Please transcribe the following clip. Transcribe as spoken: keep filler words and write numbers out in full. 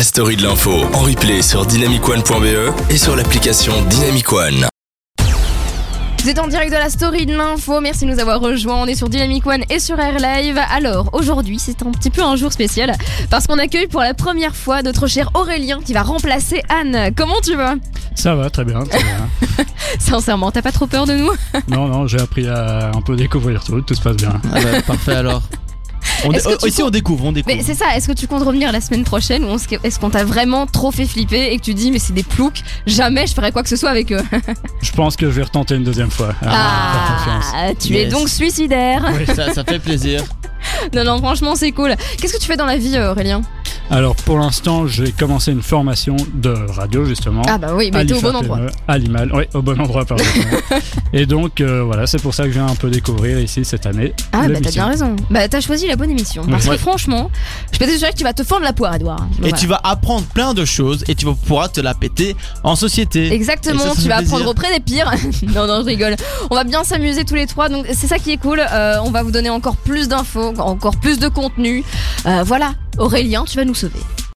la story de l'info en replay sur dynamic one point b e et sur l'application Dynamic One. Vous êtes en direct de la story de l'info, merci de nous avoir rejoints, on est sur Dynamic One et sur Air Live. Alors aujourd'hui c'est un petit peu un jour spécial parce qu'on accueille pour la première fois notre cher Aurélien qui va remplacer Anne. Comment tu vas ? Ça va, très bien, très bien. Sincèrement, t'as pas trop peur de nous ? Non, non, j'ai appris à un peu découvrir tout, tout se passe bien. Ah bah, parfait alors. On dé- oh, ici comptes... on découvre, on découvre. Mais c'est ça, est-ce que tu comptes revenir la semaine prochaine ou est-ce qu'on t'a vraiment trop fait flipper et que tu dis mais c'est des ploucs, jamais je ferai quoi que ce soit avec eux. Je pense que je vais retenter une deuxième fois. Ah, tu yes. es donc suicidaire. Oui, ça, ça fait plaisir. Non, non, franchement c'est cool. Qu'est-ce que tu fais dans la vie Aurélien ? Alors pour l'instant j'ai commencé une formation de radio justement. Ah bah oui, mais t'es au bon endroit. À Limal, oui au bon endroit pardon. Et donc euh, voilà, c'est pour ça que je viens un peu découvrir ici cette année. Ah bah t'as bien raison. Bah t'as choisi la bonne émission. Parce ouais. que franchement, je peux t'assurer que tu vas te fendre la poire Edouard. Donc, et voilà. tu vas apprendre plein de choses et tu vas pouvoir te la péter en société. Exactement, ça, ça tu vas plaisir. Apprendre auprès des pires. Non non je rigole. On va bien s'amuser tous les trois, donc c'est ça qui est cool. euh, On va vous donner encore plus d'infos, encore plus de contenu. euh, Voilà, Aurélien tu vas nous sauver.